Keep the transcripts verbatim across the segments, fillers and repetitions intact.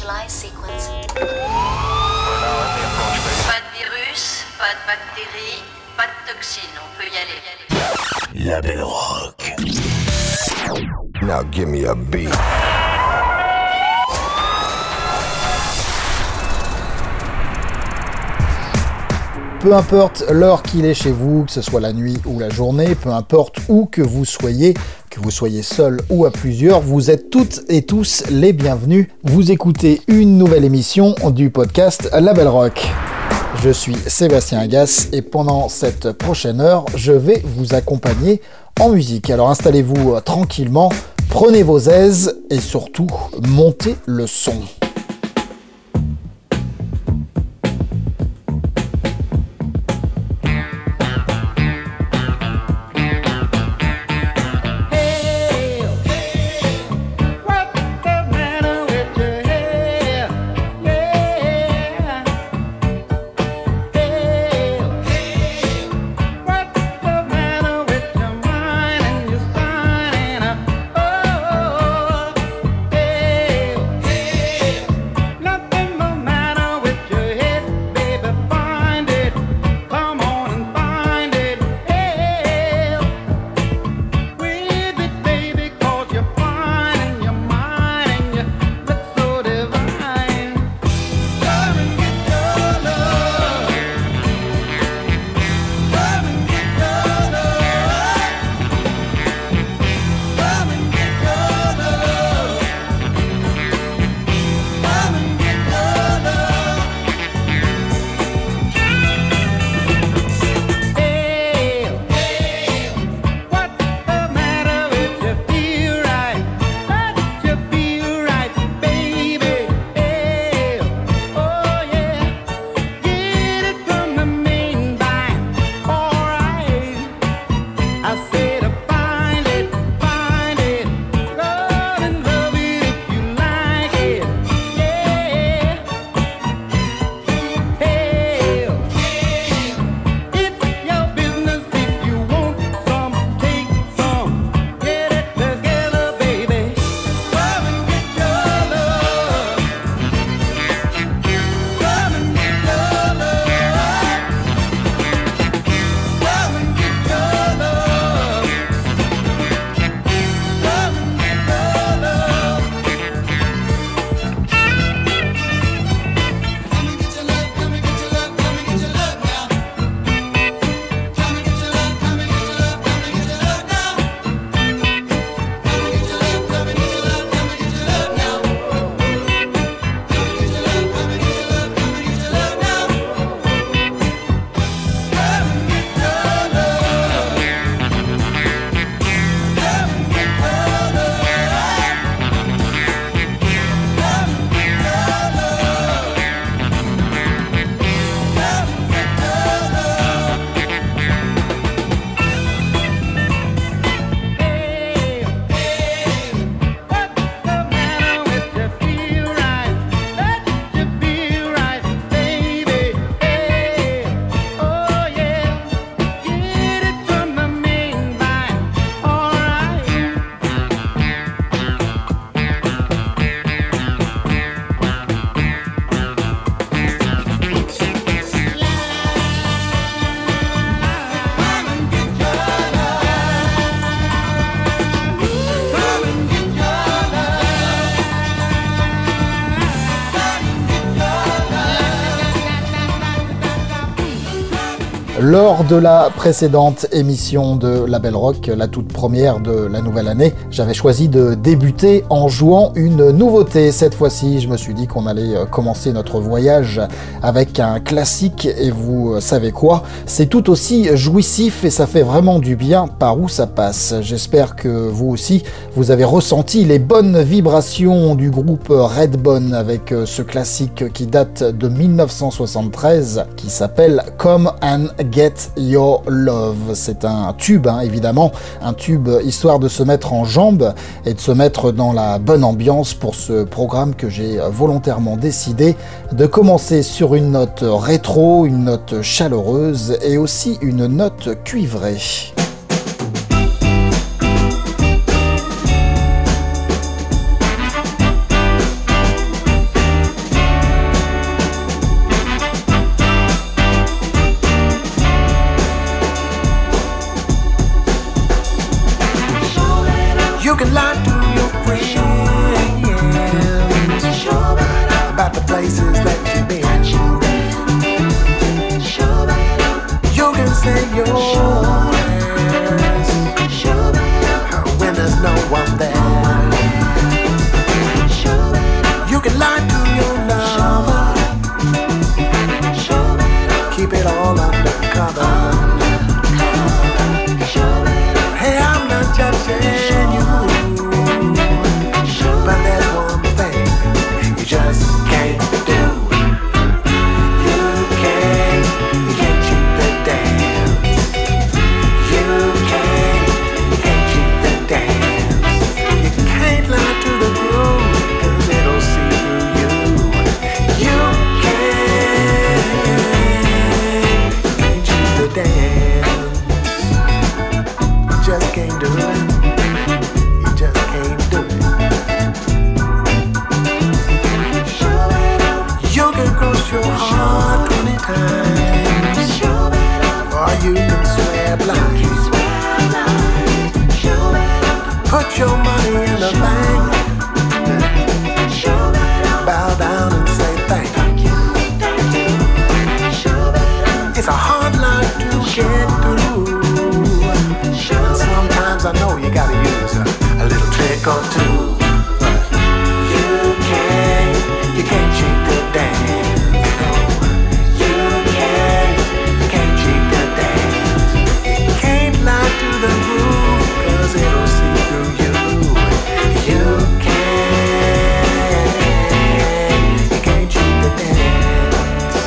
Initialize sequence. Pas de virus, pas de bactéries, pas de toxines, on peut y aller. La Belle Rock. Now give me a beat. Peu importe l'heure qu'il est chez vous, que ce soit la nuit ou la journée, peu importe où que vous soyez, que vous soyez seul ou à plusieurs, vous êtes toutes et tous les bienvenus. Vous écoutez une nouvelle émission du podcast La Belle Rock. Je suis Sébastien Agasse et pendant cette prochaine heure, je vais vous accompagner en musique. Alors installez-vous tranquillement, prenez vos aises et surtout, montez le son. Lors de la précédente émission de La Belle Rock, la toute première de la nouvelle année, j'avais choisi de débuter en jouant une nouveauté. Cette fois-ci, je me suis dit qu'on allait commencer notre voyage avec un classique et vous savez quoi, c'est tout aussi jouissif et ça fait vraiment du bien par où ça passe. J'espère que vous aussi, vous avez ressenti les bonnes vibrations du groupe Redbone avec ce classique qui date de dix-neuf cent soixante-treize qui s'appelle Come and Get Your Love. C'est un tube, hein, évidemment, un tube histoire de se mettre en jambes et de se mettre dans la bonne ambiance pour ce programme que j'ai volontairement décidé de commencer sur une note rétro, une note chaleureuse et aussi une note cuivrée. You can lie to your friends about the places that you've been. You can say your prayers when there's no one there. You can lie to your lover, keep it all undercover. Hey, I'm not judging you, but there's one thing you just can't do. You can't, you can't cheat the dance. You can't, you can't cheat the dance. You can't lie to the groove, 'cause it'll see through you. You can't, you can't cheat the dance. You just can't do it. You just can't do it. You can cross your heart twenty times, or you can swear blind. Put your money in the bank, bow down and say thank you. It's a hard life to get through, and sometimes I know you gotta use a, a little trick or two. But you can't, you can't cheat the dance. No. You can't, you can't cheat the dance. You can't lie to the groove, 'cause it'll see through you. You can't, you can't cheat the dance.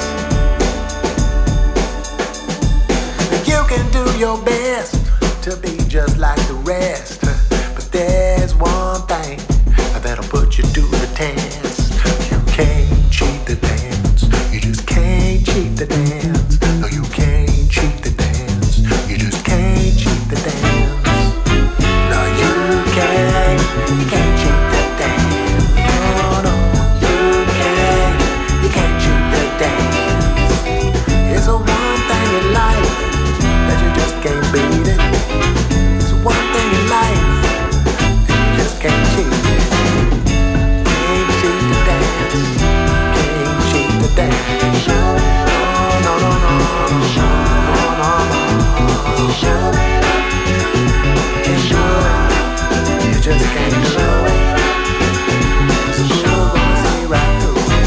You can do your best to be just like the rest, but there's one thing that'll put you to the test. You can't cheat the dance. You just can't cheat the dance. No, you can't cheat the dance. You just can't cheat the dance. No, you can't. You can't cheat the dance. No, no, you can't. You can't cheat the dance. It's the one thing in life that you just can't beat it. It's the one thing in life that you just can't cheat it. Can't cheat the dance. Can't cheat the dance. No, no, no, no, no, no, no. Can't do it. You just can't do it. So you're gonna see right through it.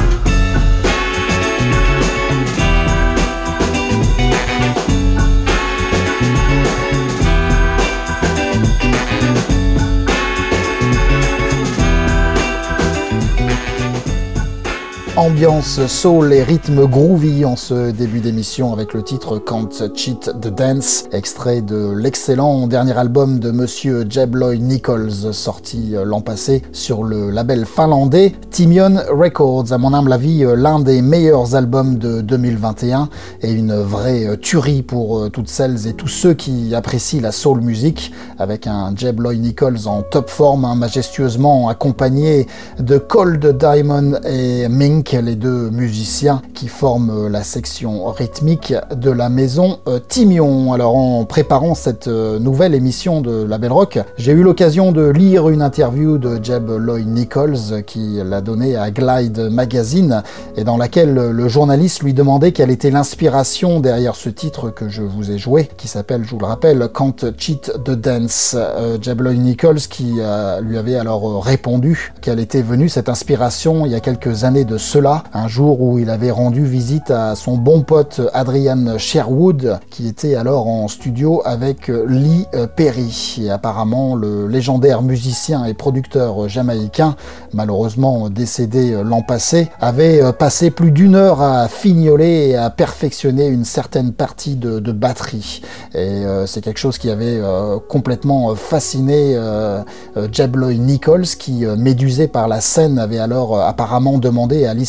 Ambiance soul et rythme groovy en ce début d'émission avec le titre Can't Cheat the Dance, extrait de l'excellent dernier album de Monsieur Jebloy Nichols sorti l'an passé sur le label finlandais Timion Records. À mon humble avis, l'un des meilleurs albums de deux mille vingt et un et une vraie tuerie pour toutes celles et tous ceux qui apprécient la soul music, avec un Jebloy Nichols en top forme, hein, majestueusement accompagné de Cold Diamond et Mink, les deux musiciens qui forment la section rythmique de la maison euh, Timion. Alors, en préparant cette euh, nouvelle émission de Label Rock, j'ai eu l'occasion de lire une interview de Jebloy Nichols qui l'a donnée à Glide Magazine et dans laquelle le journaliste lui demandait quelle était l'inspiration derrière ce titre que je vous ai joué, qui s'appelle, je vous le rappelle, Can't Cheat the Dance. Euh, Jebloy Nichols qui euh, lui avait alors répondu qu'elle était venue cette inspiration il y a quelques années de cela, un jour où il avait rendu visite à son bon pote Adrian Sherwood, qui était alors en studio avec Lee Perry. Et apparemment, le légendaire musicien et producteur jamaïcain, malheureusement décédé l'an passé, avait passé plus d'une heure à fignoler et à perfectionner une certaine partie de, de batterie. Et euh, c'est quelque chose qui avait euh, complètement fasciné euh, Jebloy Nichols, qui, euh, médusé par la scène, avait alors euh, apparemment demandé à Alice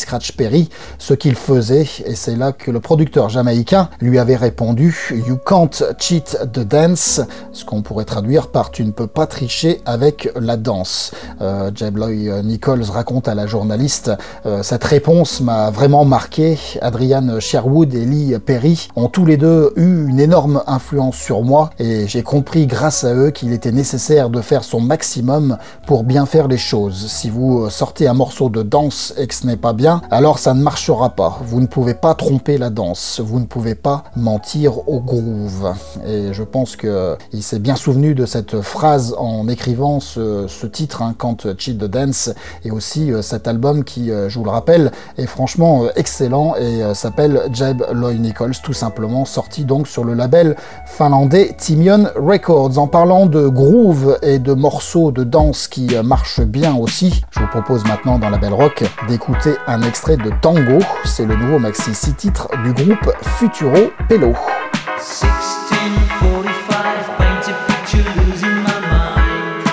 Scratch Perry ce qu'il faisait, et c'est là que le producteur jamaïcain lui avait répondu « You can't cheat the dance », ce qu'on pourrait traduire par « Tu ne peux pas tricher avec la danse euh, ». Jeb Loy Nichols raconte à la journaliste euh, « Cette réponse m'a vraiment marqué. Adrian Sherwood et Lee Perry ont tous les deux eu une énorme influence sur moi et j'ai compris grâce à eux qu'il était nécessaire de faire son maximum pour bien faire les choses. Si vous sortez un morceau de danse et que ce n'est pas bien, alors ça ne marchera pas. Vous ne pouvez pas tromper la danse, vous ne pouvez pas mentir au groove. » Et je pense qu'il s'est bien souvenu de cette phrase en écrivant ce, ce titre, hein, Can't Cheat the Dance, et aussi euh, cet album qui, euh, je vous le rappelle, est franchement euh, excellent et euh, s'appelle Jeb Loy Nichols, tout simplement, sorti donc sur le label finlandais Timion Records. En parlant de groove et de morceaux de danse qui euh, marchent bien aussi, je vous propose maintenant dans la Belle Rock d'écouter un extrait de Tango. C'est le nouveau maxi six titres du groupe Futuro Pelo. sixteen forty-five, paint a picture losing my mind.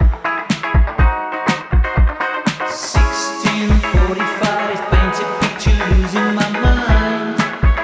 sixteen forty-five, paint a picture losing my mind.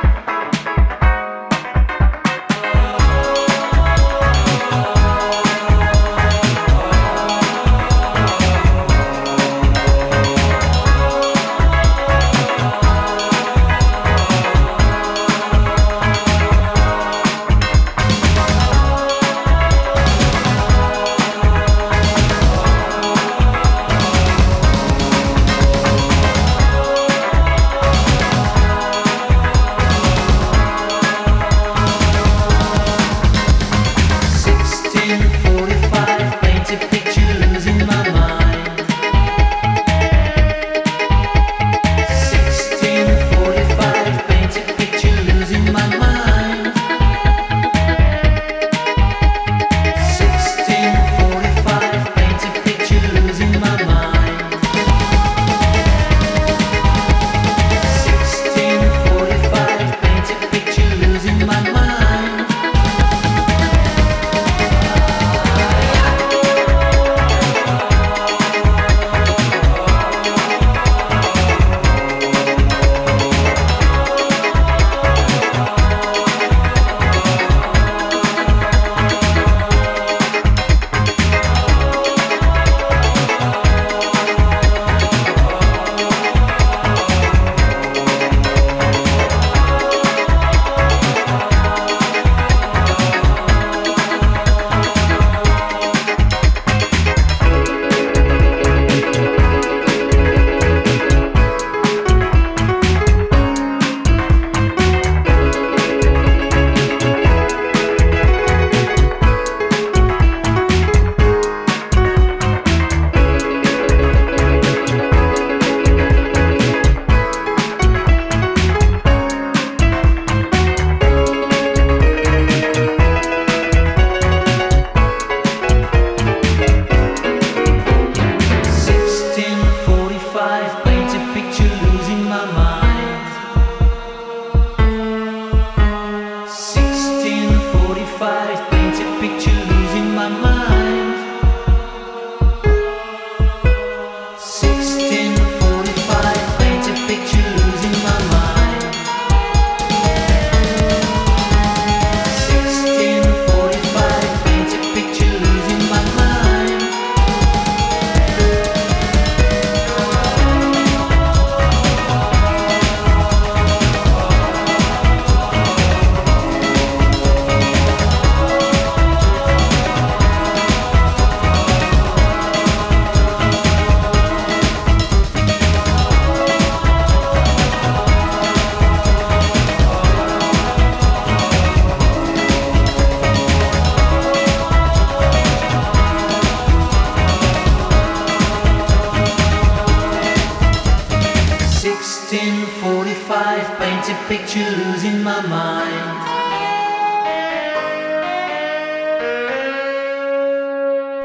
picture losing my mind.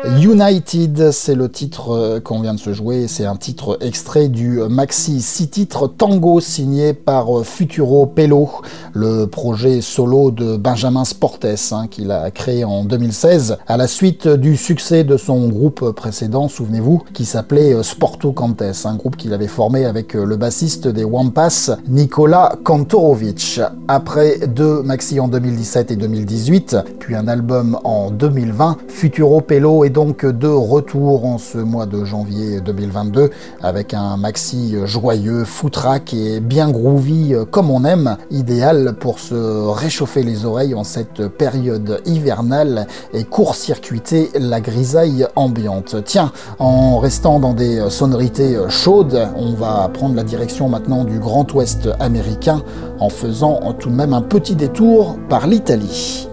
United, c'est le titre qu'on vient de se jouer, c'est un titre extrait du maxi six titres Tango signé par Futuro Pelo, le projet solo de Benjamin Sportes hein, qu'il a créé en deux mille seize à la suite du succès de son groupe précédent, souvenez-vous, qui s'appelait Sporto Cantes, un groupe qu'il avait formé avec le bassiste des Wampas, Nikola Kantorovic. Après deux maxi en deux mille dix-sept et deux mille dix-huit, puis un album en deux mille vingt, Futuro Pelo est donc de retour en ce mois de janvier deux mille vingt-deux avec un maxi joyeux, footrack et bien groovy comme on aime, idéal pour se réchauffer les oreilles en cette période hivernale et court-circuiter la grisaille ambiante. Tiens, en restant dans des sonorités chaudes, on va prendre la direction maintenant du Grand Ouest américain en faisant tout de même un petit détour par l'Italie.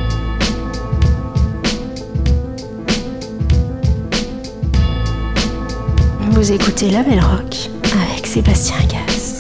Vous écoutez La Belle Rock avec Sébastien Gasse.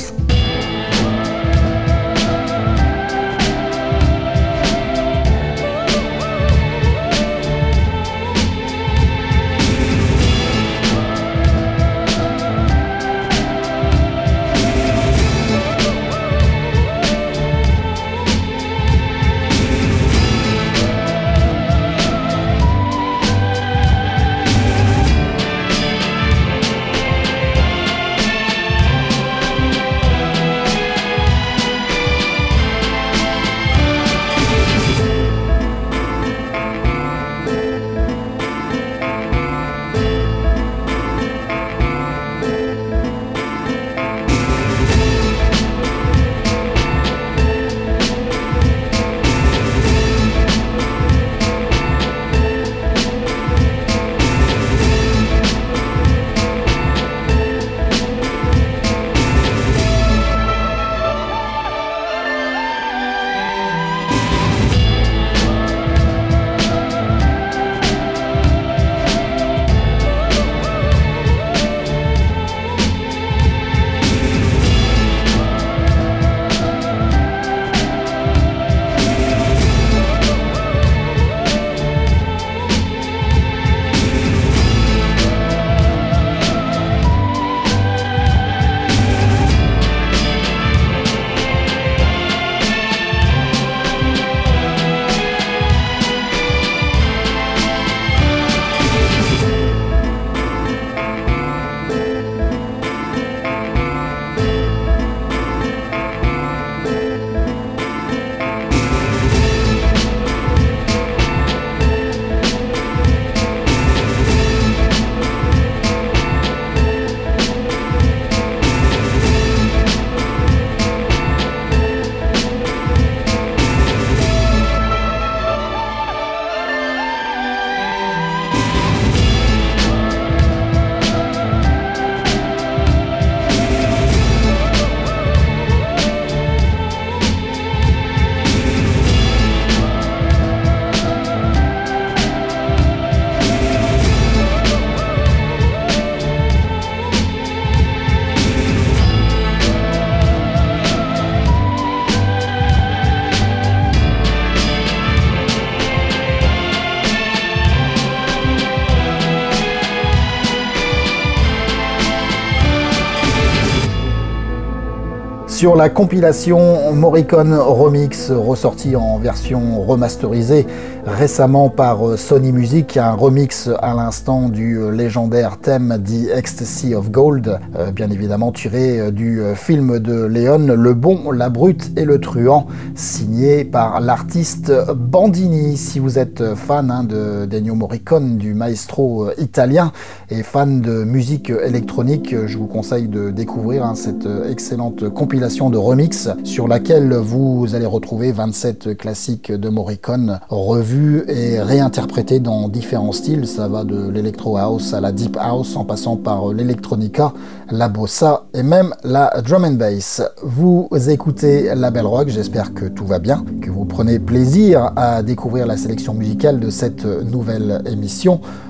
Sur la compilation Morricone Remix, ressortie en version remasterisée récemment par Sony Music, un remix à l'instant du légendaire thème The Ecstasy of Gold, euh, bien évidemment tiré du film de Léon, Le Bon, la Brute et le Truand, signé par l'artiste Bandini. Si vous êtes fan hein, de d'Ennio Morricone, du maestro italien, et fan de musique électronique, je vous conseille de découvrir hein, cette excellente compilation de remix sur laquelle vous allez retrouver vingt-sept classiques de Morricone revus et réinterprétés dans différents styles. Ça va de l'électro house à la deep house en passant par l'électronica, la bossa et même la drum and bass. Vous écoutez La Belle Rock, j'espère que tout va bien, que vous prenez plaisir à découvrir la sélection musicale de cette nouvelle émission.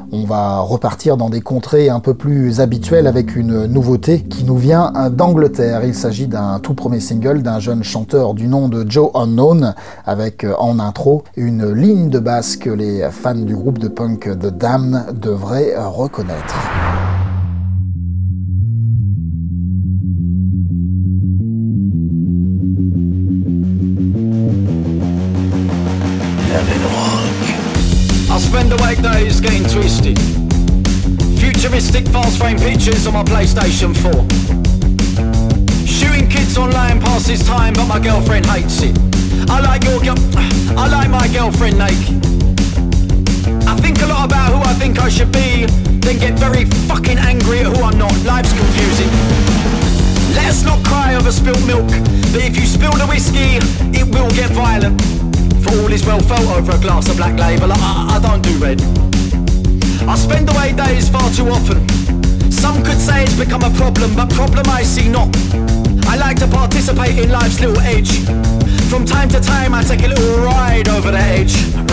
On va repartir dans des contrées un peu plus habituelles avec une nouveauté qui nous vient d'Angleterre. Il s'agit d'un tout premier single d'un jeune chanteur du nom de Joe Unknown, avec en intro une ligne de basse que les fans du groupe de punk The Damned devraient reconnaître. I spend awake days getting twisted. Futuristic fast frame pictures on my PlayStation four. Shooting kids online passes time, but my girlfriend hates it. I like your girl, I like my girlfriend naked. I think a lot about who I think I should be, then get very fucking angry at who I'm not. Life's confusing. Let us not cry over spilt milk, but if you spill the whiskey, it will get violent. For all is well felt over a glass of Black Label, I, I don't do red. I spend away days far too often. Some could say it's become a problem, but problem I see not. I like to participate in life's little edge. From time to time I take a little ride over the edge.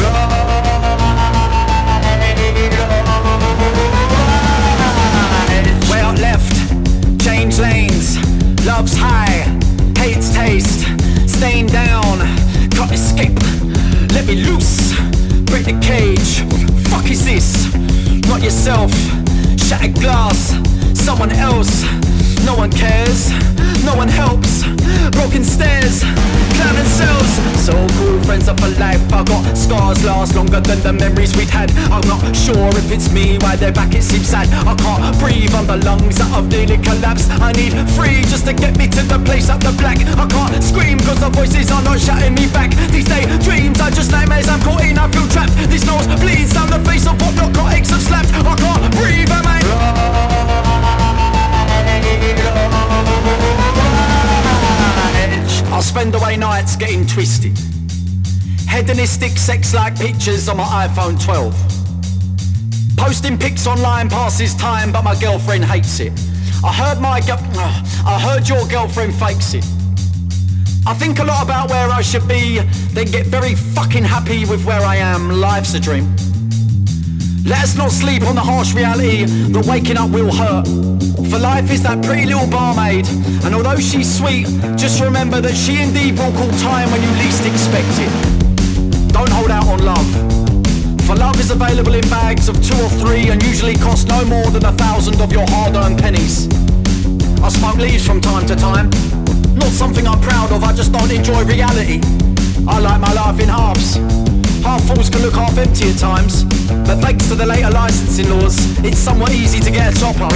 Ride. Way out left, change lanes. Love's high, hate's taste. Staying down, can't escape. Let me loose, break the cage. Fuck is this? Not yourself. Shattered glass, someone else. No one cares, no one helps. Broken stairs, clouded cells. So cool, friends are for life. I got scars last longer than the memories we'd had. I'm not sure if it's me, why they're back it seems sad. I can't breathe on the lungs that have nearly collapsed. I need free just to get me to the place up the black. I can't scream cause the voices are not shouting me back. These daydreams are just nightmares I'm caught in, I feel trapped. This nose bleeds down the face of what narcotics have slapped. I can't breathe, am I? I'll spend away nights getting twisted. Hedonistic sex-like pictures on my iPhone twelve. Posting pics online passes time, but my girlfriend hates it. I heard my girl, I heard your girlfriend fakes it. I think a lot about where I should be, then get very fucking happy with where I am. Life's a dream. Let us not sleep on the harsh reality that waking up will hurt. For life is that pretty little barmaid, and although she's sweet, just remember that she indeed will call time when you least expect it. Don't hold out on love, for love is available in bags of two or three and usually costs no more than a thousand of your hard-earned pennies. I smoke leaves from time to time, not something I'm proud of, I just don't enjoy reality. I like my life in halves. Half fulls can look half empty at times, but thanks to the later licensing laws, it's somewhat easy to get a topper.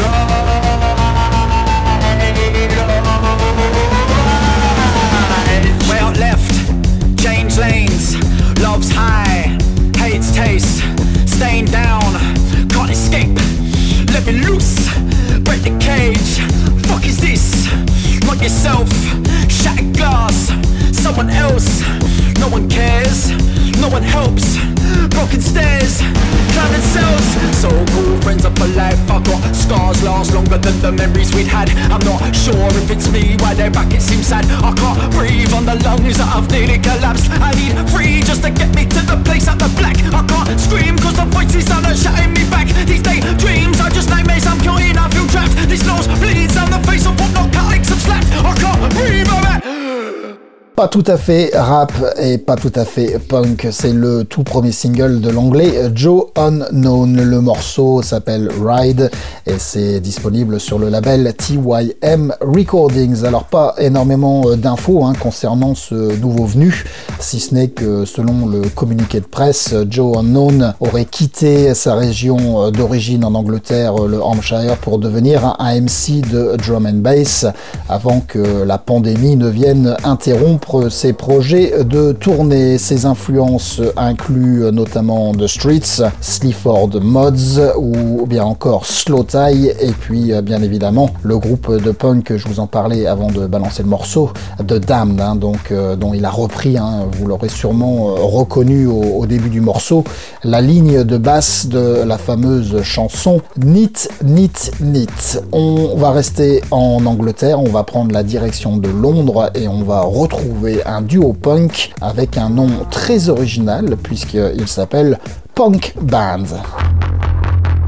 Way out left, change lanes. Love's high, hate's taste. Staying down, can't escape. Let me loose, break the cage. Fuck is this? Not yourself. Shattered glass, someone else. No one cares, no one helps. Broken stairs, climbing cells. So cool, friends are for life. I got scars last longer than the memories we'd had. I'm not sure if it's me, why they're back it seems sad. I can't breathe on the lungs that have nearly collapsed. I need free just to get me to the place at the black. I can't scream cause the voices are not shouting me back. These daydreams are just nightmares I'm caught in, I feel trapped. This nose bleeds down the face of what narcotics have slapped. I can't breathe on it. Pas tout à fait rap et pas tout à fait punk, c'est le tout premier single de l'anglais Joe Unknown. Le morceau s'appelle Ride et c'est disponible sur le label T Y M Recordings. Alors pas énormément d'infos hein, concernant ce nouveau venu, si ce n'est que selon le communiqué de presse, Joe Unknown aurait quitté sa région d'origine en Angleterre, le Hampshire, pour devenir un M C de drum and bass avant que la pandémie ne vienne interrompre ses projets de tournée. Ses influences incluent notamment The Streets, Sleaford Mods ou bien encore Slowthai et puis bien évidemment le groupe de punk, je vous en parlais avant de balancer le morceau, The Damned, hein, donc, euh, dont il a repris, hein, vous l'aurez sûrement euh, reconnu au, au début du morceau, la ligne de basse de la fameuse chanson Nit Nit Nit. On va rester en Angleterre, on va prendre la direction de Londres et on va retrouver un duo punk avec un nom très original puisqu'il s'appelle Punk Band.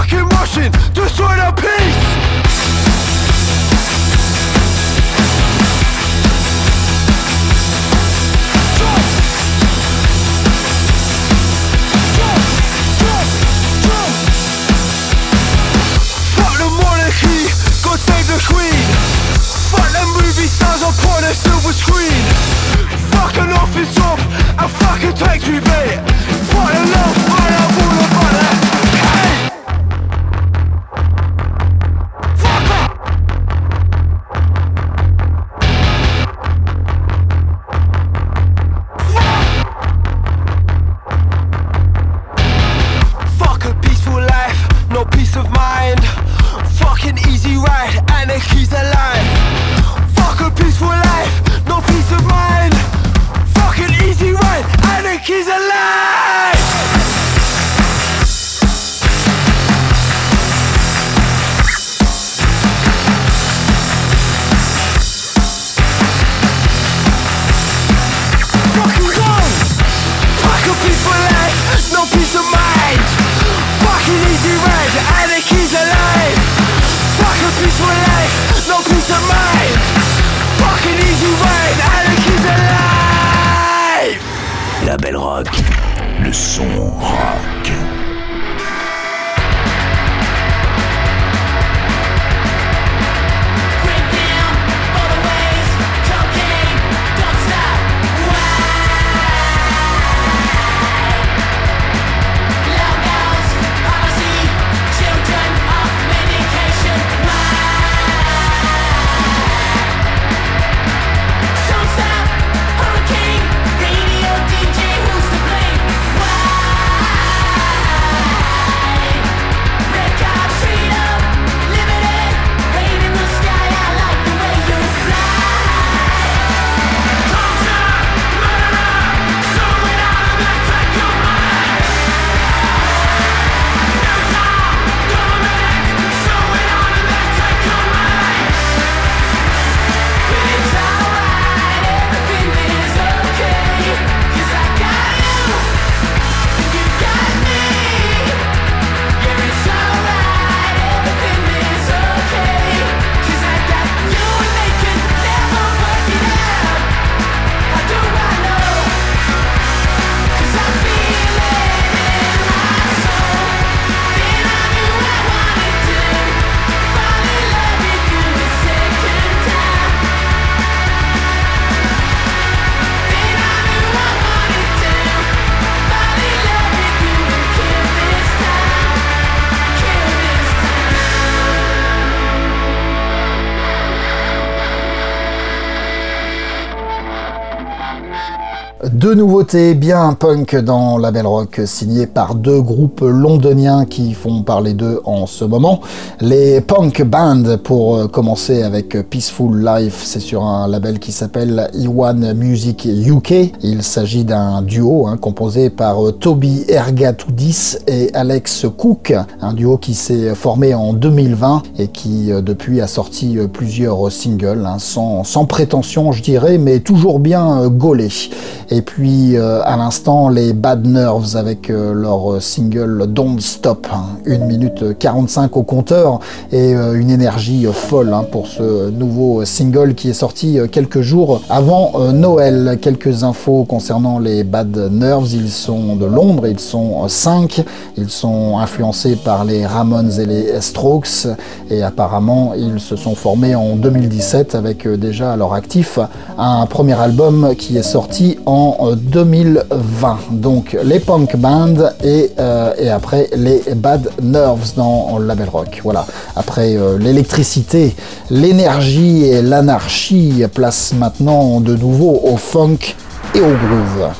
fucking Russian, destroy the peace. Jump. Jump, jump, jump. Fuck the monarchy, God save the queen. Fuck the movie stars upon a silver screen. Fuck an office job and fuck a tax rebate. Fuck the love, I love all about that. Hey! Fuck up! Fuck! Fuck a peaceful life, no peace of mind. Fucking easy ride and the keys alive. Fuck a peaceful life, no peace of mind. Fucking easy ride and the keys alive. Fucking gone. Fuck a peaceful life, no peace of mind. Fucking easy ride and the keys alive. Fuck a peaceful life, no peace of mind. Fucking easy ride and the keys alive. La Belle Rock, le son rock. Deux nouveautés bien punk dans la Belle Rock, signées par deux groupes londoniens qui font parler d'eux en ce moment. Les Punk Band, pour commencer avec Peaceful Life, c'est sur un label qui s'appelle E un Music U K. Il s'agit d'un duo hein, composé par Toby Ergatoudis et Alex Cook, un duo qui s'est formé en deux mille vingt et qui depuis a sorti plusieurs singles, hein, sans, sans prétention je dirais, mais toujours bien gaulés. Et puis euh, à l'instant les Bad Nerves avec euh, leur single Don't Stop, hein, une minute quarante-cinq au compteur et euh, une énergie euh, folle hein, pour ce nouveau single qui est sorti euh, quelques jours avant euh, Noël. Quelques infos concernant les Bad Nerves, ils sont de Londres, ils sont euh, cinq, ils sont influencés par les Ramones et les Strokes et apparemment ils se sont formés en deux mille dix-sept avec euh, déjà à leur actif un premier album qui est sorti en deux mille vingt. Donc les Punk Band et, euh, et après les Bad Nerves dans la Belle Rock. Voilà. Après euh, l'électricité, l'énergie et l'anarchie, place maintenant de nouveau au funk et au groove.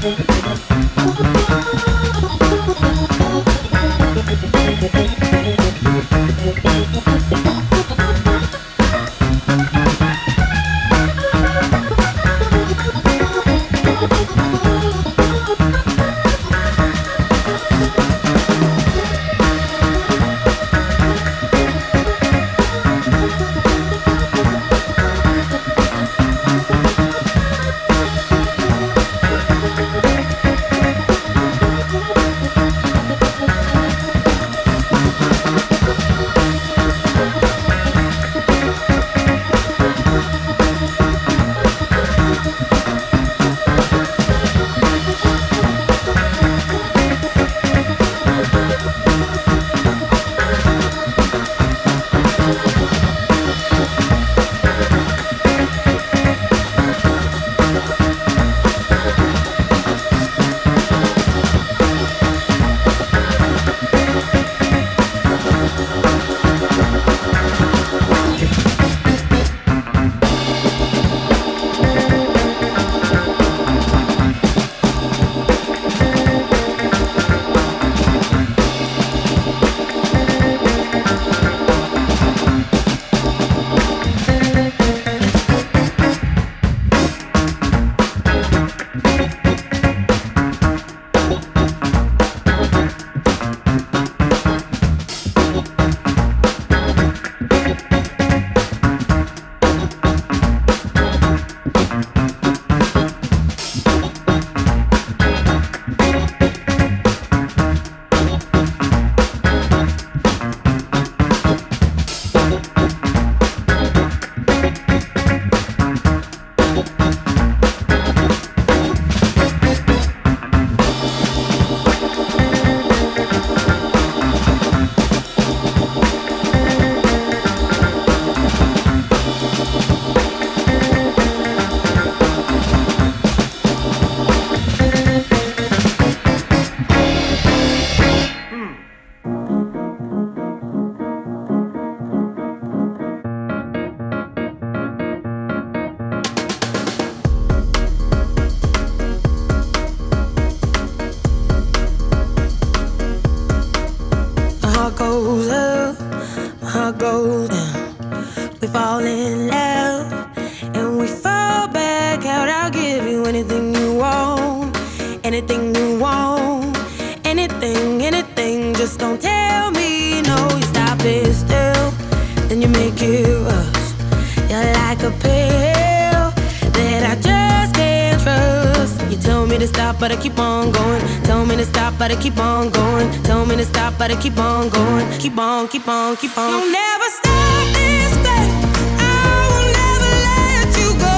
anything you want, anything, anything. Just don't tell me no. You stop it still, then you make it worse. You're like a pill that I just can't trust. You tell me to stop, but I keep on going. Tell me to stop, but I keep on going. Tell me to stop, but I keep on going. Keep on, keep on, keep on. You'll never stop this thing. I will never let you go.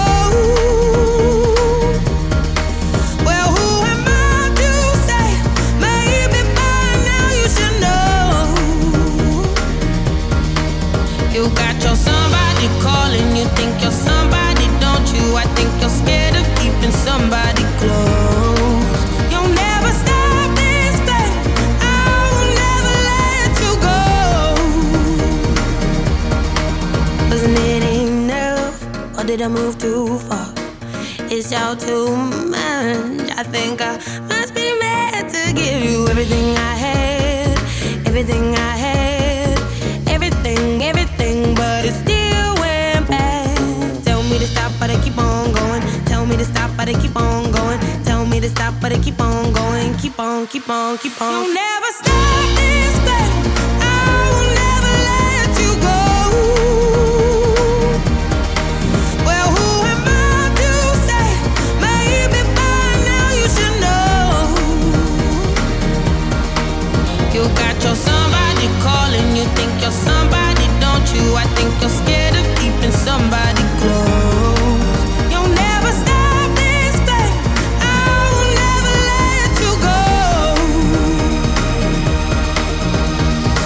Well, who am I to say? Maybe by now you should know. You got your somebody calling. You think you're somebody, don't you? I think you're scared of keeping somebody close. You'll never stop this thing. I will never let you go. Wasn't it enough, or did I move too far? It's all too much. I think I must be mad to give you everything I had, everything I had, everything, everything, but it still went bad. Tell me to stop, but I keep on going. Tell me to stop, but I keep on going. Tell me to stop, but I keep on going. Keep on, keep on, keep on. You'll never stop this thing. I will never let you go. Well, who am I to say? Maybe by now you should know. You got your somebody calling. You think you're somebody, don't you? I think you're scared of keeping somebody close. You'll never stop this thing. I will never let you go.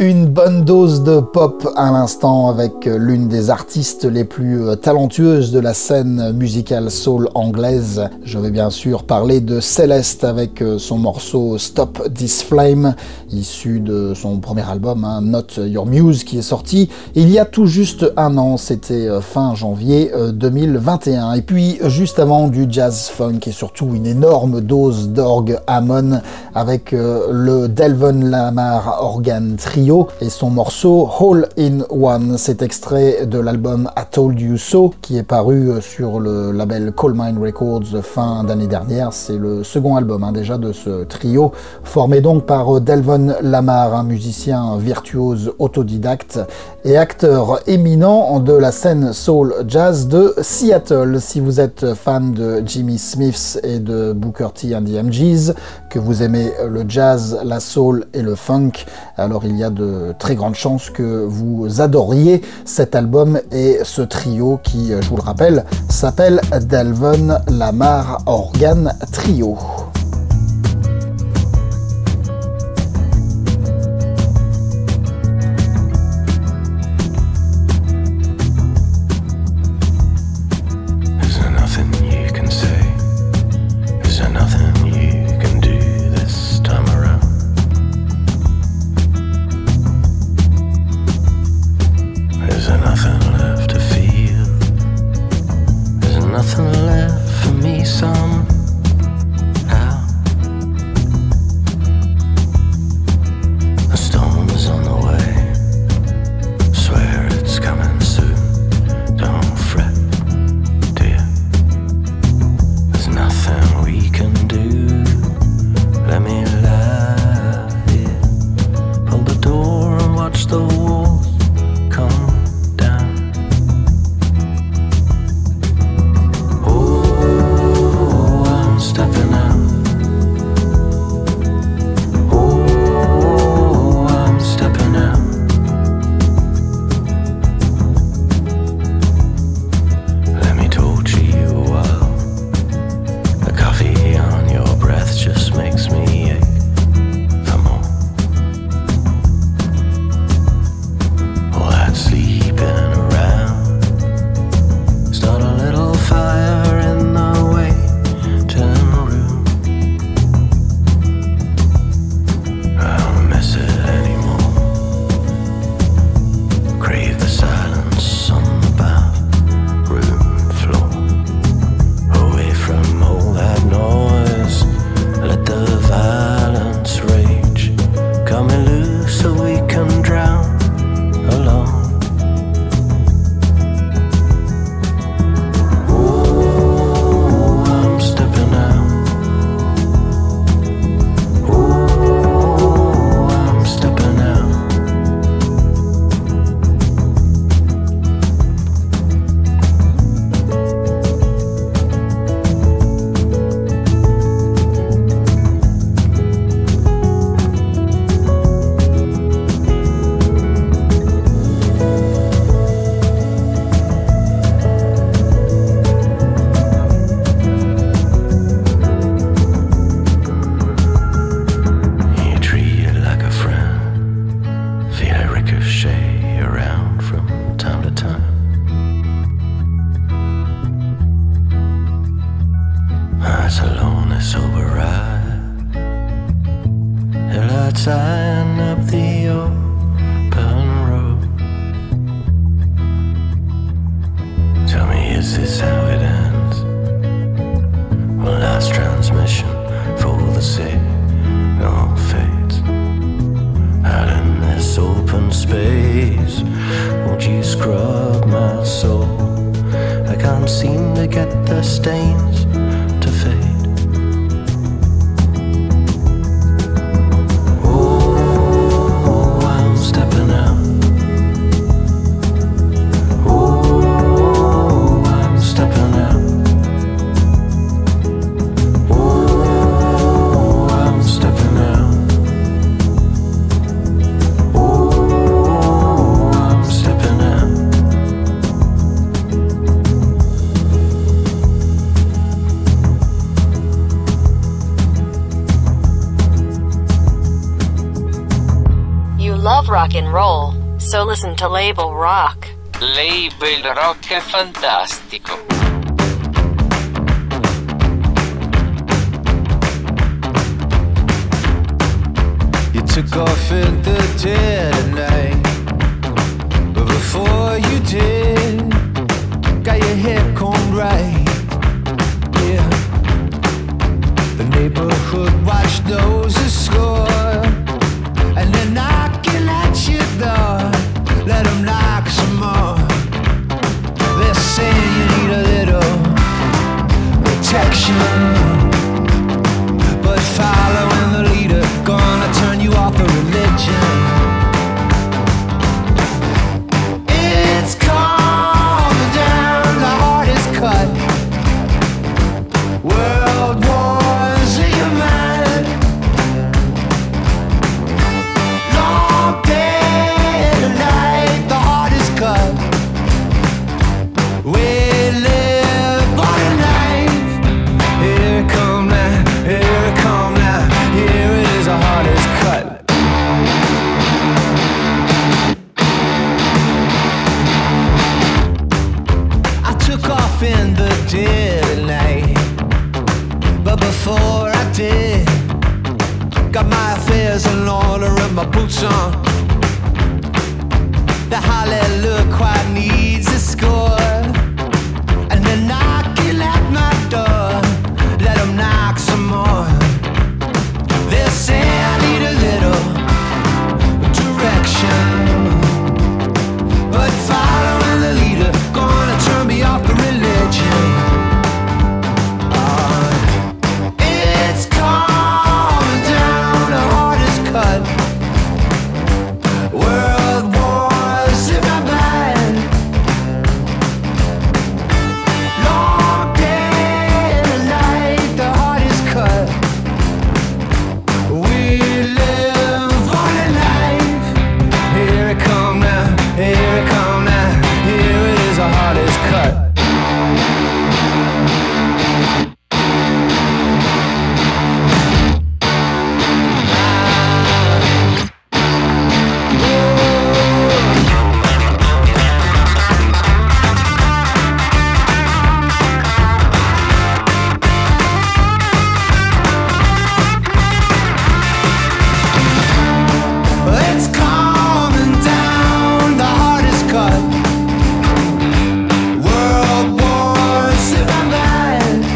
Une bonne dose de pop à l'instant avec l'une des artistes les plus talentueuses de la scène musicale soul anglaise. Je vais bien sûr parler de Celeste avec son morceau Stop This Flame, issu de son premier album, hein, Not Your Muse, qui est sorti il y a tout juste un an, c'était fin janvier deux mille vingt et un. Et puis juste avant, du jazz funk et surtout une énorme dose d'orgue Hammond avec le Delvon Lamar Organ Trio et son morceau All in One. C'est extrait de l'album I Told You So qui est paru sur le label Colemine Records fin d'année dernière. C'est le second album hein, déjà de ce trio, formé donc par Delvon Lamar, un musicien virtuose autodidacte et acteur éminent de la scène soul jazz de Seattle. Si vous êtes fan de Jimmy Smith et de Booker T and the M Gs, que vous aimez le jazz, la soul et le funk, alors il y a de très grandes chances que vous adoriez cet album et ce trio qui, je vous le rappelle, s'appelle Delvon Lamar Organ Trio. I'm love rock and roll, so listen to Label Rock. Label Rock è fantastico. You took off in the dead of night, but before you did, got your hair combed right. Yeah, the neighborhood watch knows the score, and they're knocking at your door. Let them knock some more. They're saying you need a little protection, but following the leader gonna turn you off the religion. It's calming down, the heart is cut. World wars in your mind. Long day and night, the heart is cut. We live for the night. Here it come now, here it come now. Here it is, the heart is cut. I took off in the dead of night, but before I did, got my affairs in order and my boots on. The hallelujah quite needs a score, and they're knocking at my door. Let them knock some more. They'll say I need a little direction, but following the leader gonna turn me off the religion. Uh, it's calming down, the heart is cut. World wars in my mind. Long day and night, the heart is cut. We live for the life. Here it come now, here it come now. Here it is, the heart is cut. It's calming down, the heart is cut. World wars in my mind.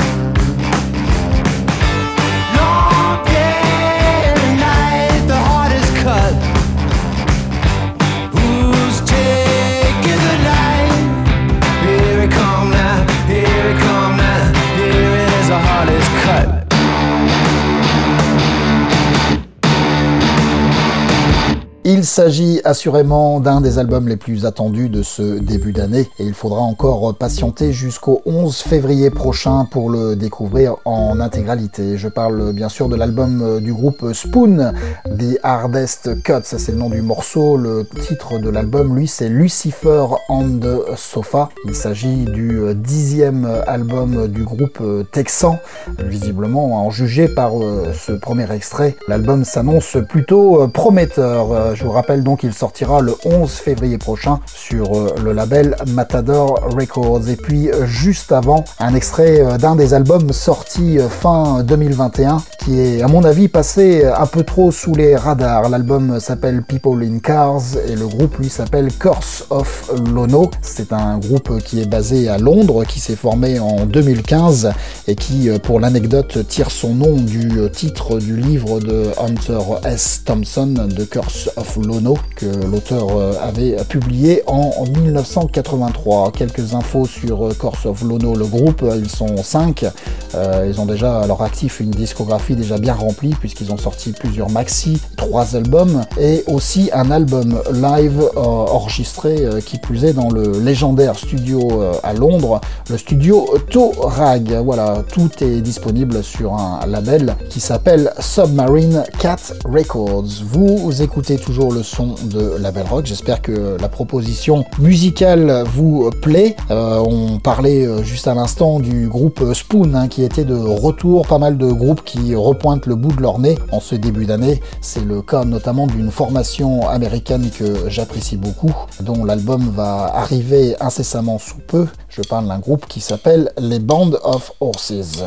Long day and night, the heart is cut. Who's taking the night? Here it come now, here it come now. Here it is, the heart is cut. Il s'agit assurément d'un des albums les plus attendus de ce début d'année et il faudra encore patienter jusqu'au onze février prochain pour le découvrir en intégralité. Je parle bien sûr de l'album du groupe Spoon, The Hardest Cut, ça c'est le nom du morceau. Le titre de l'album, lui, c'est Lucifer on the Sofa. Il s'agit du dixième album du groupe texan. Visiblement, à en juger par ce premier extrait, l'album s'annonce plutôt prometteur. Je vous rappelle donc qu'il sortira le onze février prochain sur le label Matador Records. Et puis juste avant, un extrait d'un des albums sortis fin deux mille vingt et un qui est à mon avis passé un peu trop sous les radars. L'album s'appelle People in Cars et le groupe lui s'appelle Curse of Lono. C'est un groupe qui est basé à Londres, qui s'est formé en deux mille quinze et qui, pour l'anecdote, tire son nom du titre du livre de Hunter S. Thompson, de Curse of Lono, que l'auteur avait publié en dix-neuf cent quatre-vingt-trois. Quelques infos sur Curse of Lono, le groupe, ils sont cinq. Euh, ils ont déjà à leur actif une discographie déjà bien remplie puisqu'ils ont sorti plusieurs maxi, trois albums et aussi un album live euh, enregistré euh, qui plus est dans le légendaire studio euh, à Londres, le studio Torag. Voilà, tout est disponible sur un label qui s'appelle Submarine Cat Records. Vous, vous écoutez tout toujours le son de La Belle Rock. J'espère que la proposition musicale vous plaît. Euh, on parlait juste à l'instant du groupe Spoon hein, qui était de retour. Pas mal de groupes qui repointent le bout de leur nez en ce début d'année. C'est le cas notamment d'une formation américaine que j'apprécie beaucoup, dont l'album va arriver incessamment sous peu. Je parle d'un groupe qui s'appelle les Band of Horses.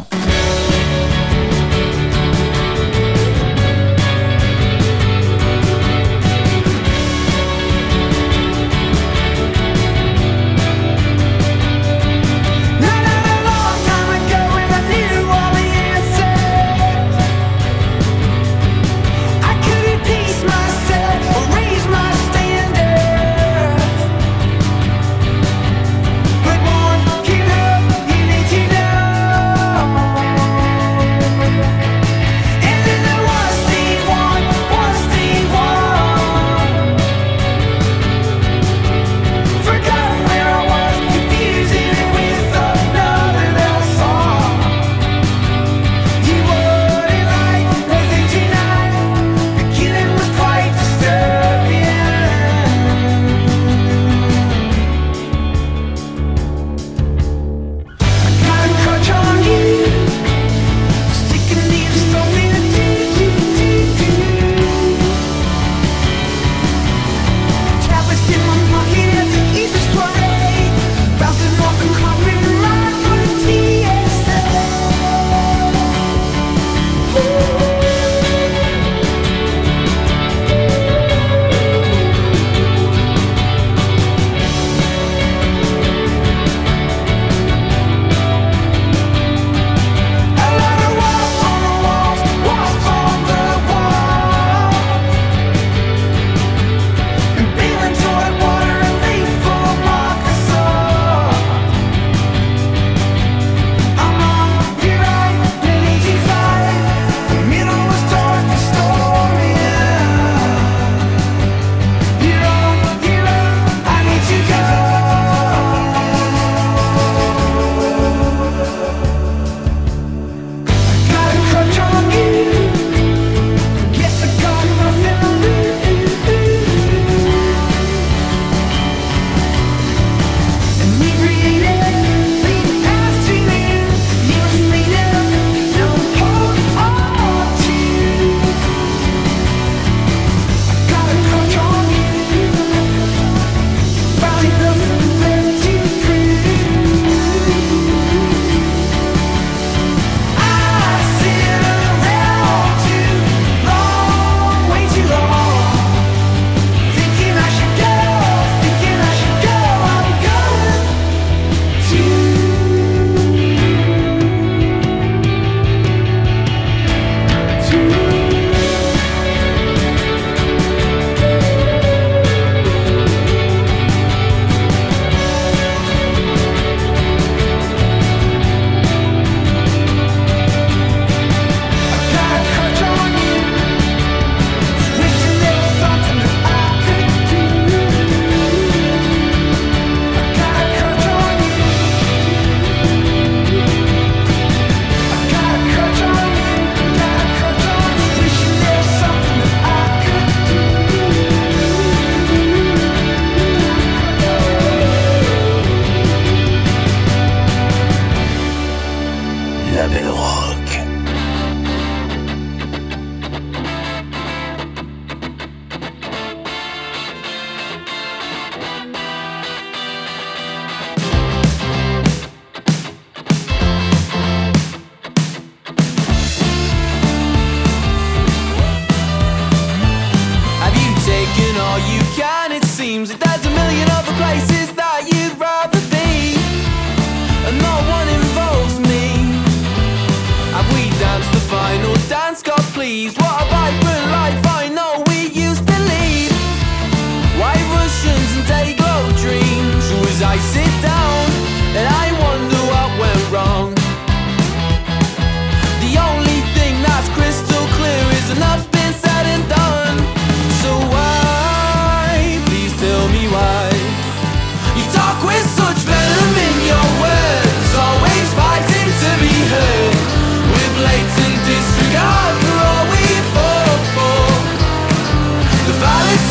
Valley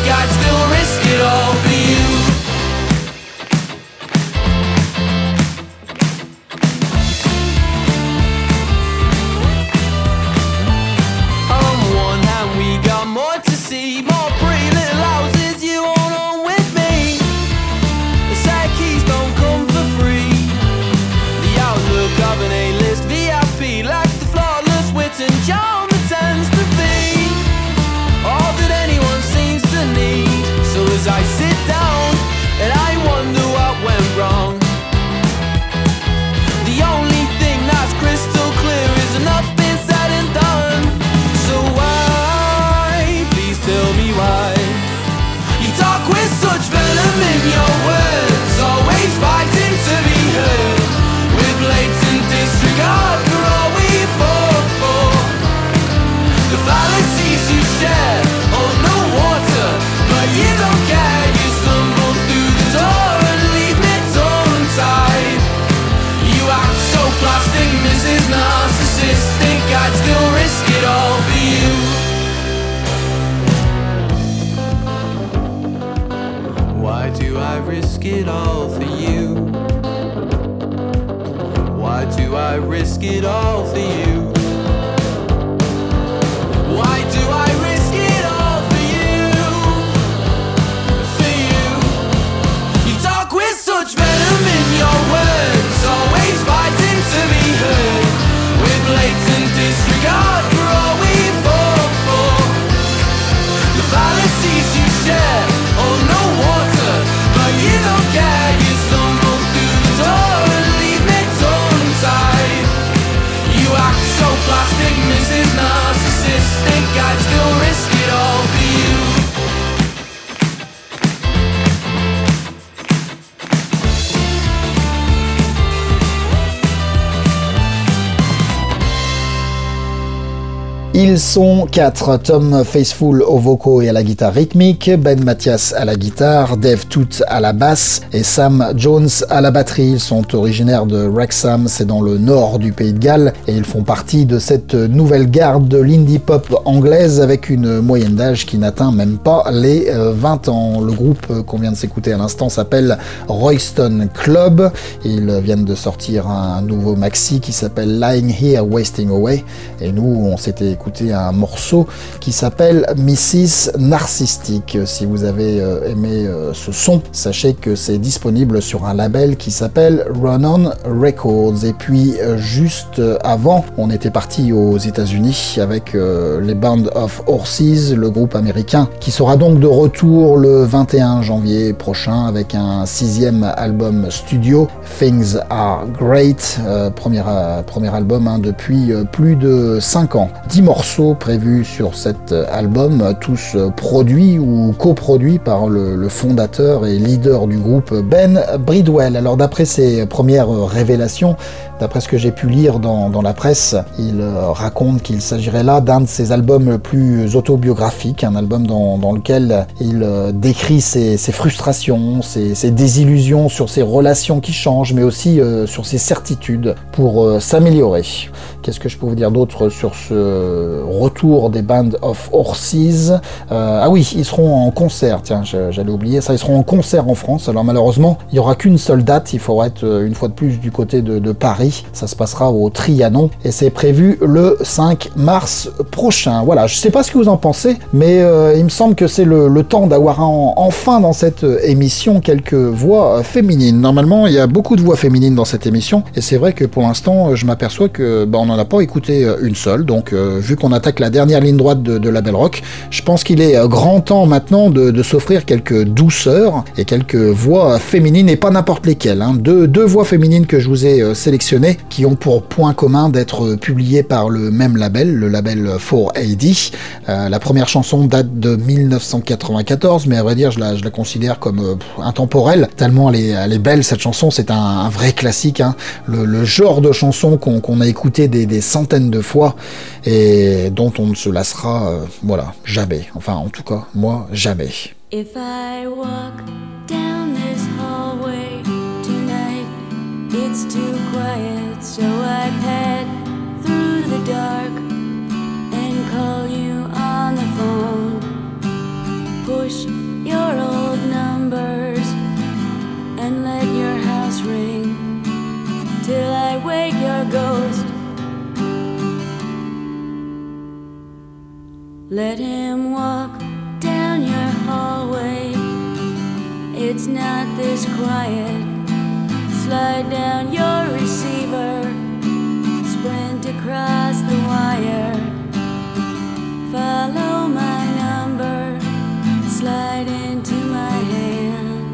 I'd still risk it all for you. On one hand we got more to see, more pretty little houses you own on with me. The side keys don't come for free. The outlook of an A-list V I P, like the flawless wit and charm that tends to be all that anyone seems to need. So as I sit down and I wonder what went wrong, the only thing that's crystal clear is enough been said and done. So why, please tell me why, you talk with such venom in your words, always fighting to be heard, with blatant disregard for all we fought for. The fallacies you share hold no water, but you don't care. You stumble through the door and leave me tongue-tied. You act so plastic, Missus Narcissistic, I'd still risk it all for you. Why do I risk it all for you? Why do I risk it all for you? Why do I risk it all for you? For you. You talk with such venom in your words, always fighting to be heard, with blatant disregard for all we fought for. The fallacies you share hold no water, but you don't care. You stumble through the door and leave me tongue-tied. You act so plastic, Missus Narcissistic, I'd still risk it all for you. Ils sont quatre, Tom Faithfull aux vocaux et à la guitare rythmique, Ben Mathias à la guitare, Dave Toot à la basse et Sam Jones à la batterie. Ils sont originaires de Wrexham, c'est dans le nord du Pays de Galles, et ils font partie de cette nouvelle garde de l'indie pop anglaise avec une moyenne d'âge qui n'atteint même pas les vingt ans. Le groupe qu'on vient de s'écouter à l'instant s'appelle Royston Club. Ils viennent de sortir un nouveau maxi qui s'appelle Lying Here Wasting Away, et nous on s'était écouté un morceau qui s'appelle Missus Narcissistic. Si vous avez euh, aimé euh, ce son, sachez que c'est disponible sur un label qui s'appelle Run On Records. Et puis euh, juste avant, on était parti aux États-Unis avec euh, les Band of Horses, le groupe américain, qui sera donc de retour le vingt et un janvier prochain avec un sixième album studio, Things Are Great, euh, premier, euh, premier album hein, depuis euh, plus de cinq ans. dix morceaux prévus sur cet album, tous produits ou coproduits par le, le fondateur et leader du groupe Ben Bridwell. Alors d'après ses premières révélations, d'après ce que j'ai pu lire dans, dans la presse, il raconte qu'il s'agirait là d'un de ses albums plus autobiographiques, un album dans, dans lequel il décrit ses, ses frustrations, ses, ses désillusions sur ses relations qui changent, mais aussi euh, sur ses certitudes pour euh, s'améliorer. Qu'est-ce que je peux vous dire d'autre sur ce retour des Band of Horses? euh, Ah oui, ils seront en concert, tiens, j'allais oublier ça, ils seront en concert en France. Alors malheureusement, il n'y aura qu'une seule date, il faudra être une fois de plus du côté de, de Paris. Ça se passera au Trianon et c'est prévu le cinq mars prochain. Voilà, je sais pas ce que vous en pensez, mais euh, il me semble que c'est le, le temps d'avoir en, enfin dans cette émission quelques voix féminines. Normalement, il y a beaucoup de voix féminines dans cette émission et c'est vrai que pour l'instant, je m'aperçois que bah, on n'en a pas écouté une seule. Donc, euh, vu qu'on attaque la dernière ligne droite de, de la Belle Rock, je pense qu'il est grand temps maintenant de, de s'offrir quelques douceurs et quelques voix féminines, et pas n'importe lesquelles. Hein. Deux, deux voix féminines que je vous ai euh, sélectionnées, qui ont pour point commun d'être publiées par le même label, le label quatre A D. Euh, la première chanson date de mille neuf cent quatre-vingt-quatorze, mais à vrai dire, je la, je la considère comme euh, intemporelle, tellement elle est, elle est belle, cette chanson. C'est un, un vrai classique, hein. le, le genre de chanson qu'on, qu'on a écouté des, des centaines de fois et dont on ne se lassera, euh, voilà, jamais. Enfin, en tout cas, moi, jamais. If I walk down this hallway tonight, it's too quiet, so I pad through the dark and call you on the phone. Push Let him walk down your hallway. It's not this quiet. Slide down your receiver. Sprint across the wire. Follow my number. Slide into my hand.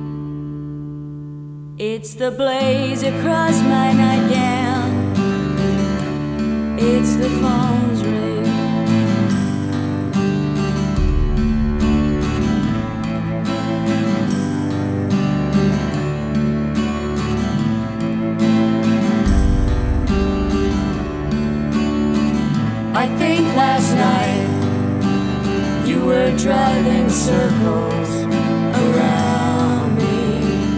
It's the blaze across my nightgown. It's the phone's ring. I think last night you were driving circles around me.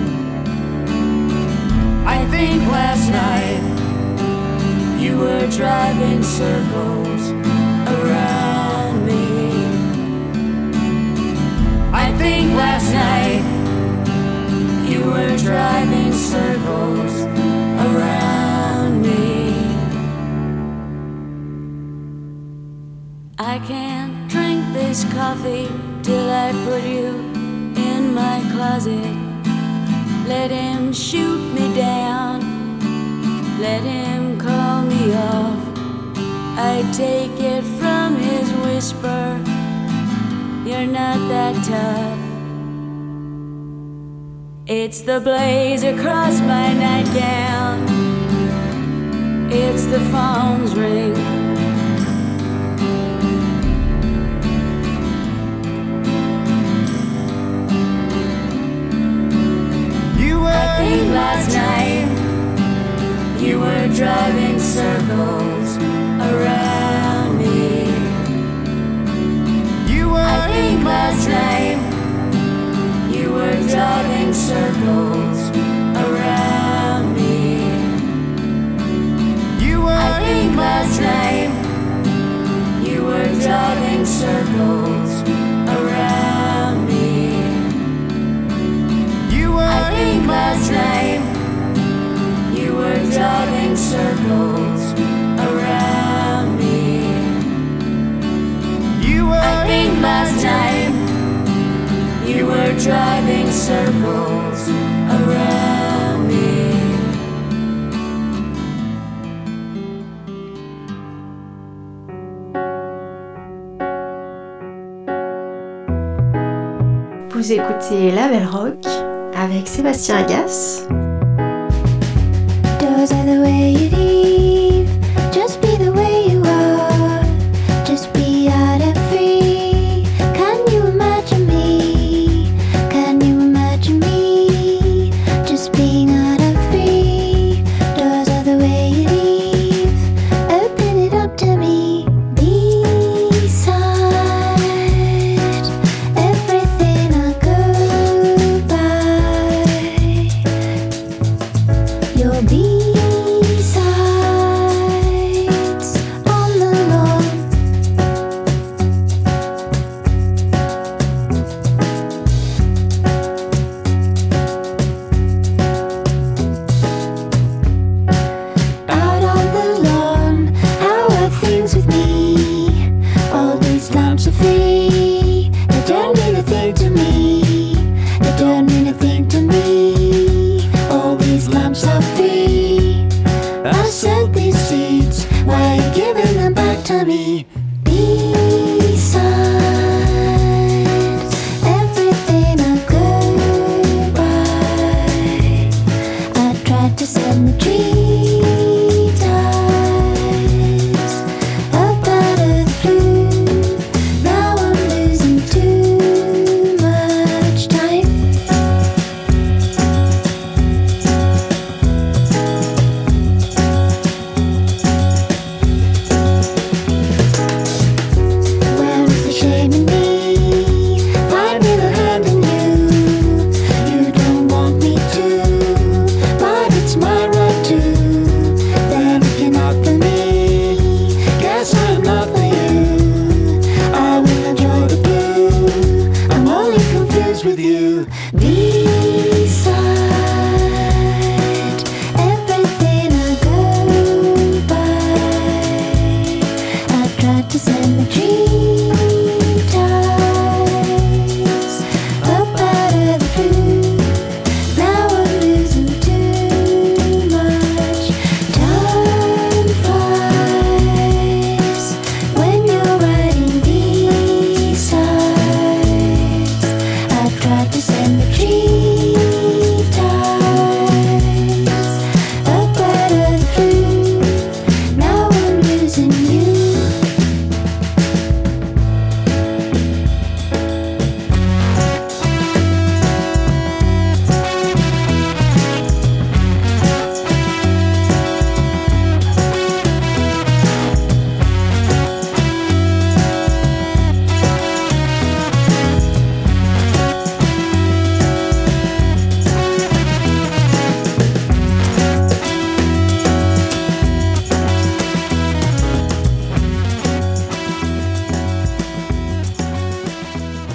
I think last night you were driving circles around me. I think last night you were driving circles around me. I can't drink this coffee till I put you in my closet. Let him shoot me down. Let him call me off. I take it from his whisper. You're not that tough. It's the blaze across my nightgown. It's the phone's ring. I think last night you were driving circles around me. You were I think last night you were driving circles around me. You were I think last night you were driving circles around me. I think last night you were driving circles around me. You were I think last night you were driving circles around me. Vous écoutez La Belle Rock avec Sébastien Agas. Those are the way you leave. Just be the way you are. Just be out and free. Can you imagine me? Can you imagine me? Just being out and free. Those are the way you leave. Open it up to me. Beside everything I go by. You'll be to send the dream.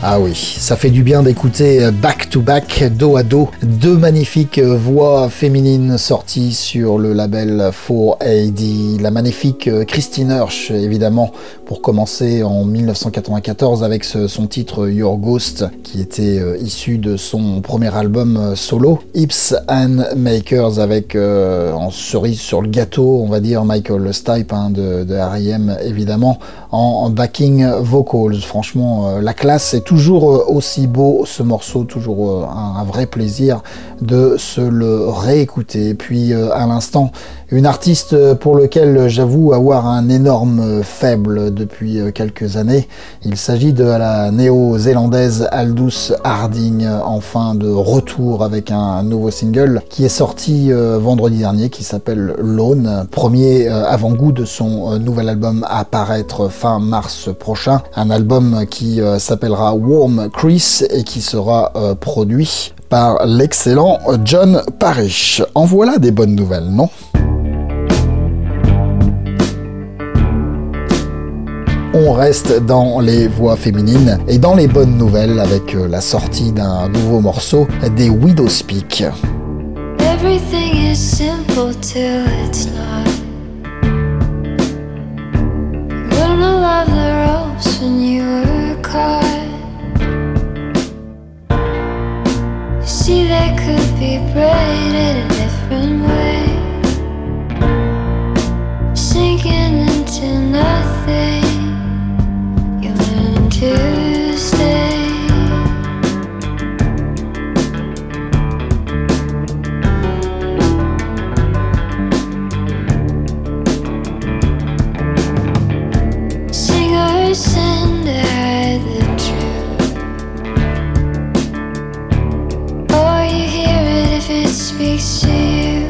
Ah oui, ça fait du bien d'écouter Back to Back, dos à dos, deux magnifiques voix féminines sorties sur le label four A D. La magnifique Christine Hirsch, évidemment, pour commencer en dix-neuf cent quatre-vingt-quatorze avec ce, son titre Your Ghost, qui était euh, issu de son premier album euh, solo. Hips and Makers avec euh, en cerise sur le gâteau, on va dire, Michael Stipe hein, de, de R E M, évidemment, en, en backing vocals. Franchement, euh, la classe est toujours aussi beau ce morceau, toujours un, un vrai plaisir de se le réécouter. Puis euh, à l'instant, une artiste pour lequel j'avoue avoir un énorme faible depuis quelques années. Il s'agit de la néo-zélandaise Aldous Harding, enfin de retour avec un nouveau single qui est sorti euh, vendredi dernier, qui s'appelle Lone, premier euh, avant-goût de son euh, nouvel album à paraître fin mars prochain, un album qui euh, s'appellera Warm Chris et qui sera euh, produit par l'excellent John Parrish. En voilà des bonnes nouvelles, non ? On reste dans les voix féminines et dans les bonnes nouvelles avec la sortie d'un nouveau morceau des Widowspeak. Everything is simple till it's not. Learn to love the ropes when you were caught. You see, they could be braided a different way, sinking into nothing. You learn to stay. Send her the truth, or you hear it if it speaks to you.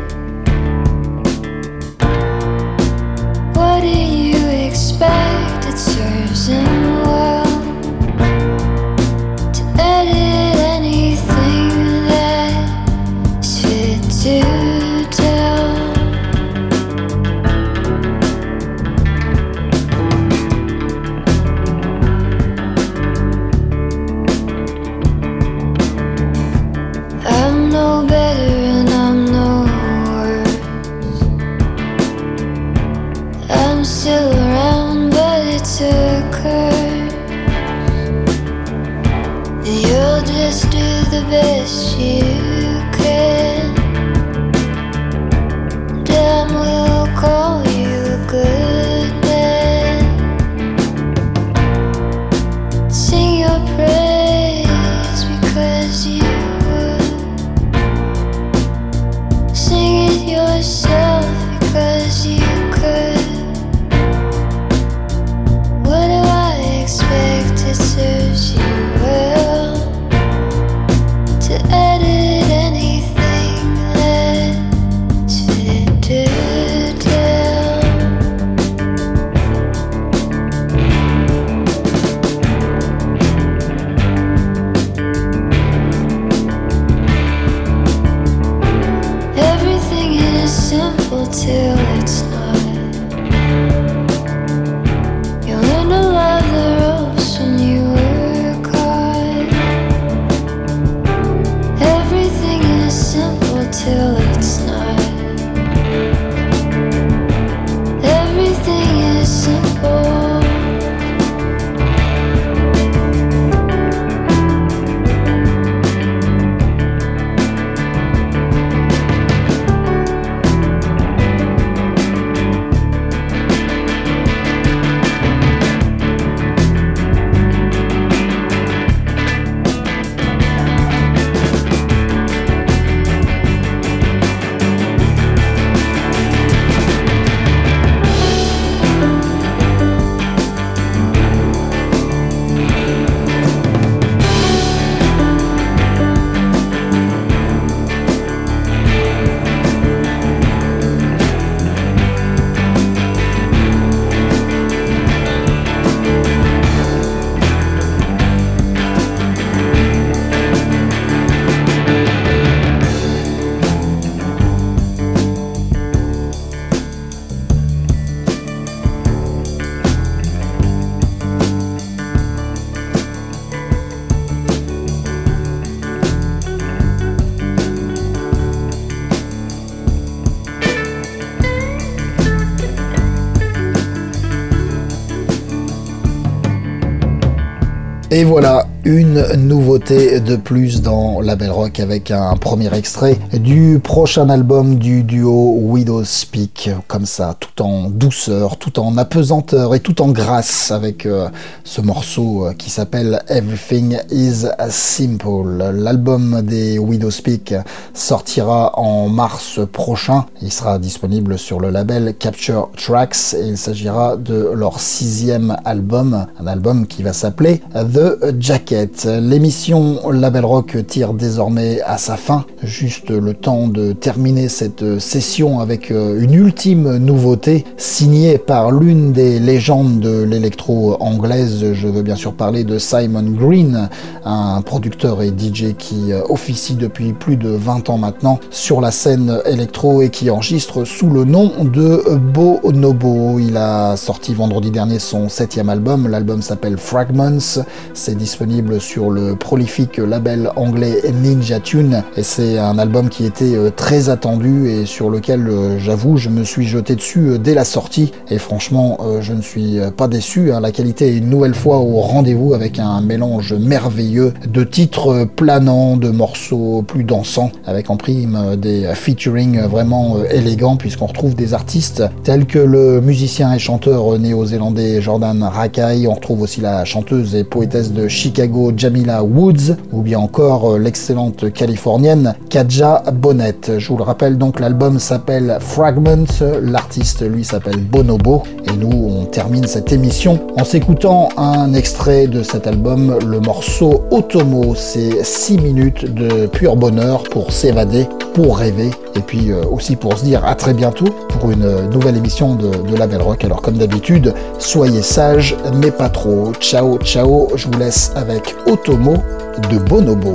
What do you expect? It serves him well to edit anything that's fit to tell. I'm no better and I'm no worse. I'm still around, but it's a curse. And you'll just do the best you can. Damn, we'll call you a good man. Sing your praise because you yourself because you could. What do I expect? It serves you well to edit Et voilà, une nouveauté de plus dans Label Rock avec un premier extrait du prochain album du duo Widowspeak, comme ça, tout en douceur, tout en apesanteur et tout en grâce avec euh, ce morceau qui s'appelle Everything is Simple. L'album des Widowspeak sortira en mars prochain. Il sera disponible sur le label Capture Tracks et il s'agira de leur sixième album, un album qui va s'appeler The Jacket. L'émission Label Rock tire désormais à sa fin. Juste le temps de terminer cette session avec une ultime nouveauté signée par l'une des légendes de l'électro anglaise. Je veux bien sûr parler de Simon Green, un producteur et D J qui officie depuis plus de vingt ans maintenant sur la scène électro et qui enregistre sous le nom de Bonobo. Il a sorti vendredi dernier son septième album. L'album s'appelle Fragments. C'est disponible sur le prolifique label anglais Ninja Tune et c'est un album qui était très attendu et sur lequel j'avoue je me suis jeté dessus dès la sortie et franchement je ne suis pas déçu. La qualité est une nouvelle fois au rendez-vous avec un mélange merveilleux de titres planants, de morceaux plus dansants avec en prime des featuring vraiment élégants puisqu'on retrouve des artistes tels que le musicien et chanteur néo-zélandais Jordan Rakei, on retrouve aussi la chanteuse et poétesse de Chicago Jamila Woods ou bien encore l'excellente californienne Kaja Bonnet. Je vous le rappelle donc, l'album s'appelle Fragment, l'artiste lui s'appelle Bonobo et nous on termine cette émission en s'écoutant un extrait de cet album, le morceau Otomo. C'est six minutes de pur bonheur pour s'évader, pour rêver et puis euh, aussi pour se dire à très bientôt pour une nouvelle émission de, de Label Rock. Alors comme d'habitude, soyez sages mais pas trop. Ciao ciao, je vous laisse avec Otomo de Bonobo.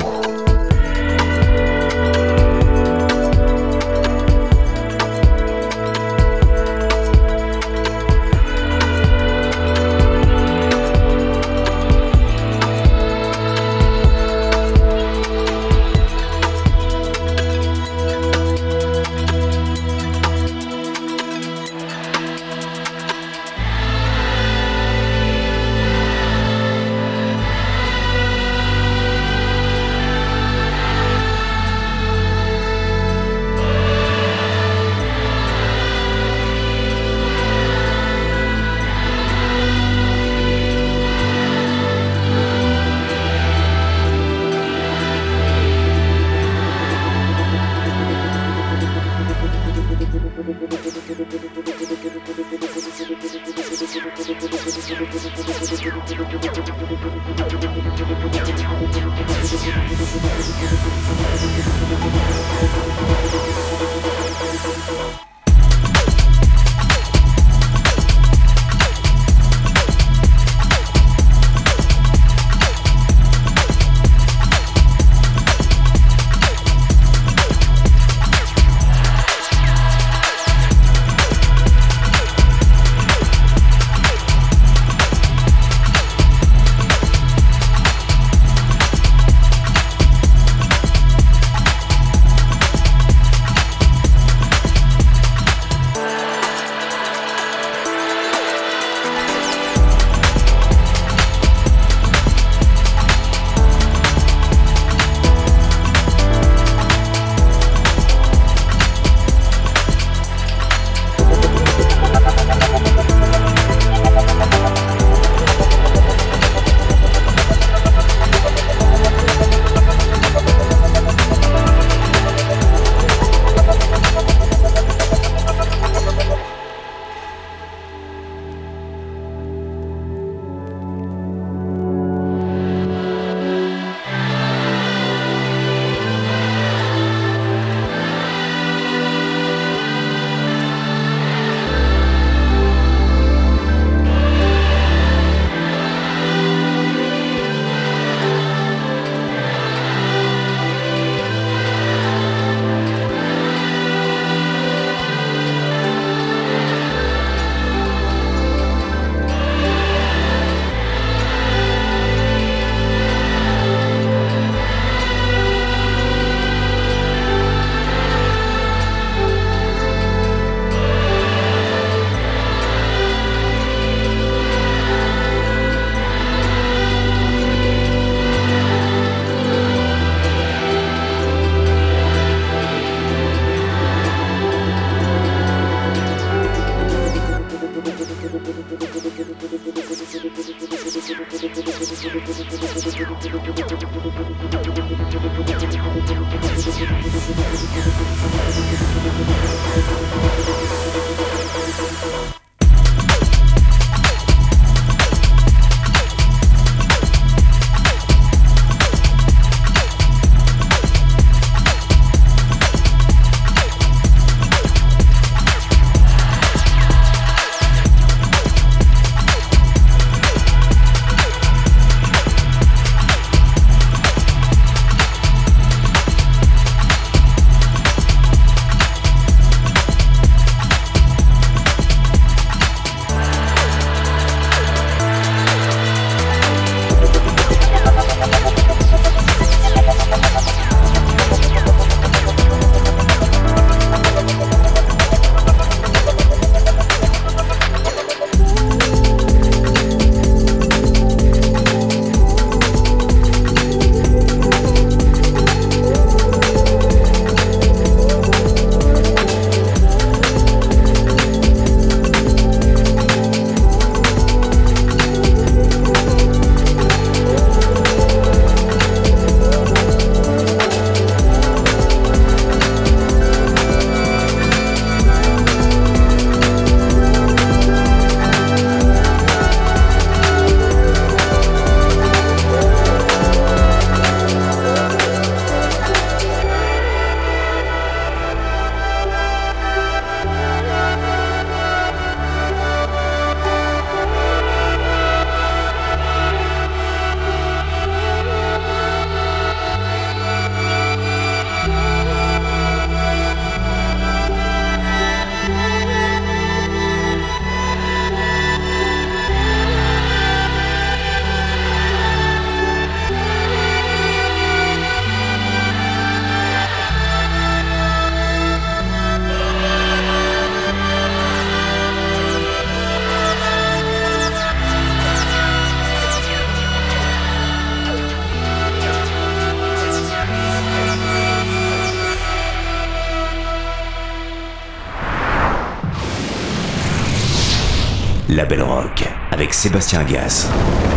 La Belle Rock avec Sébastien Gass.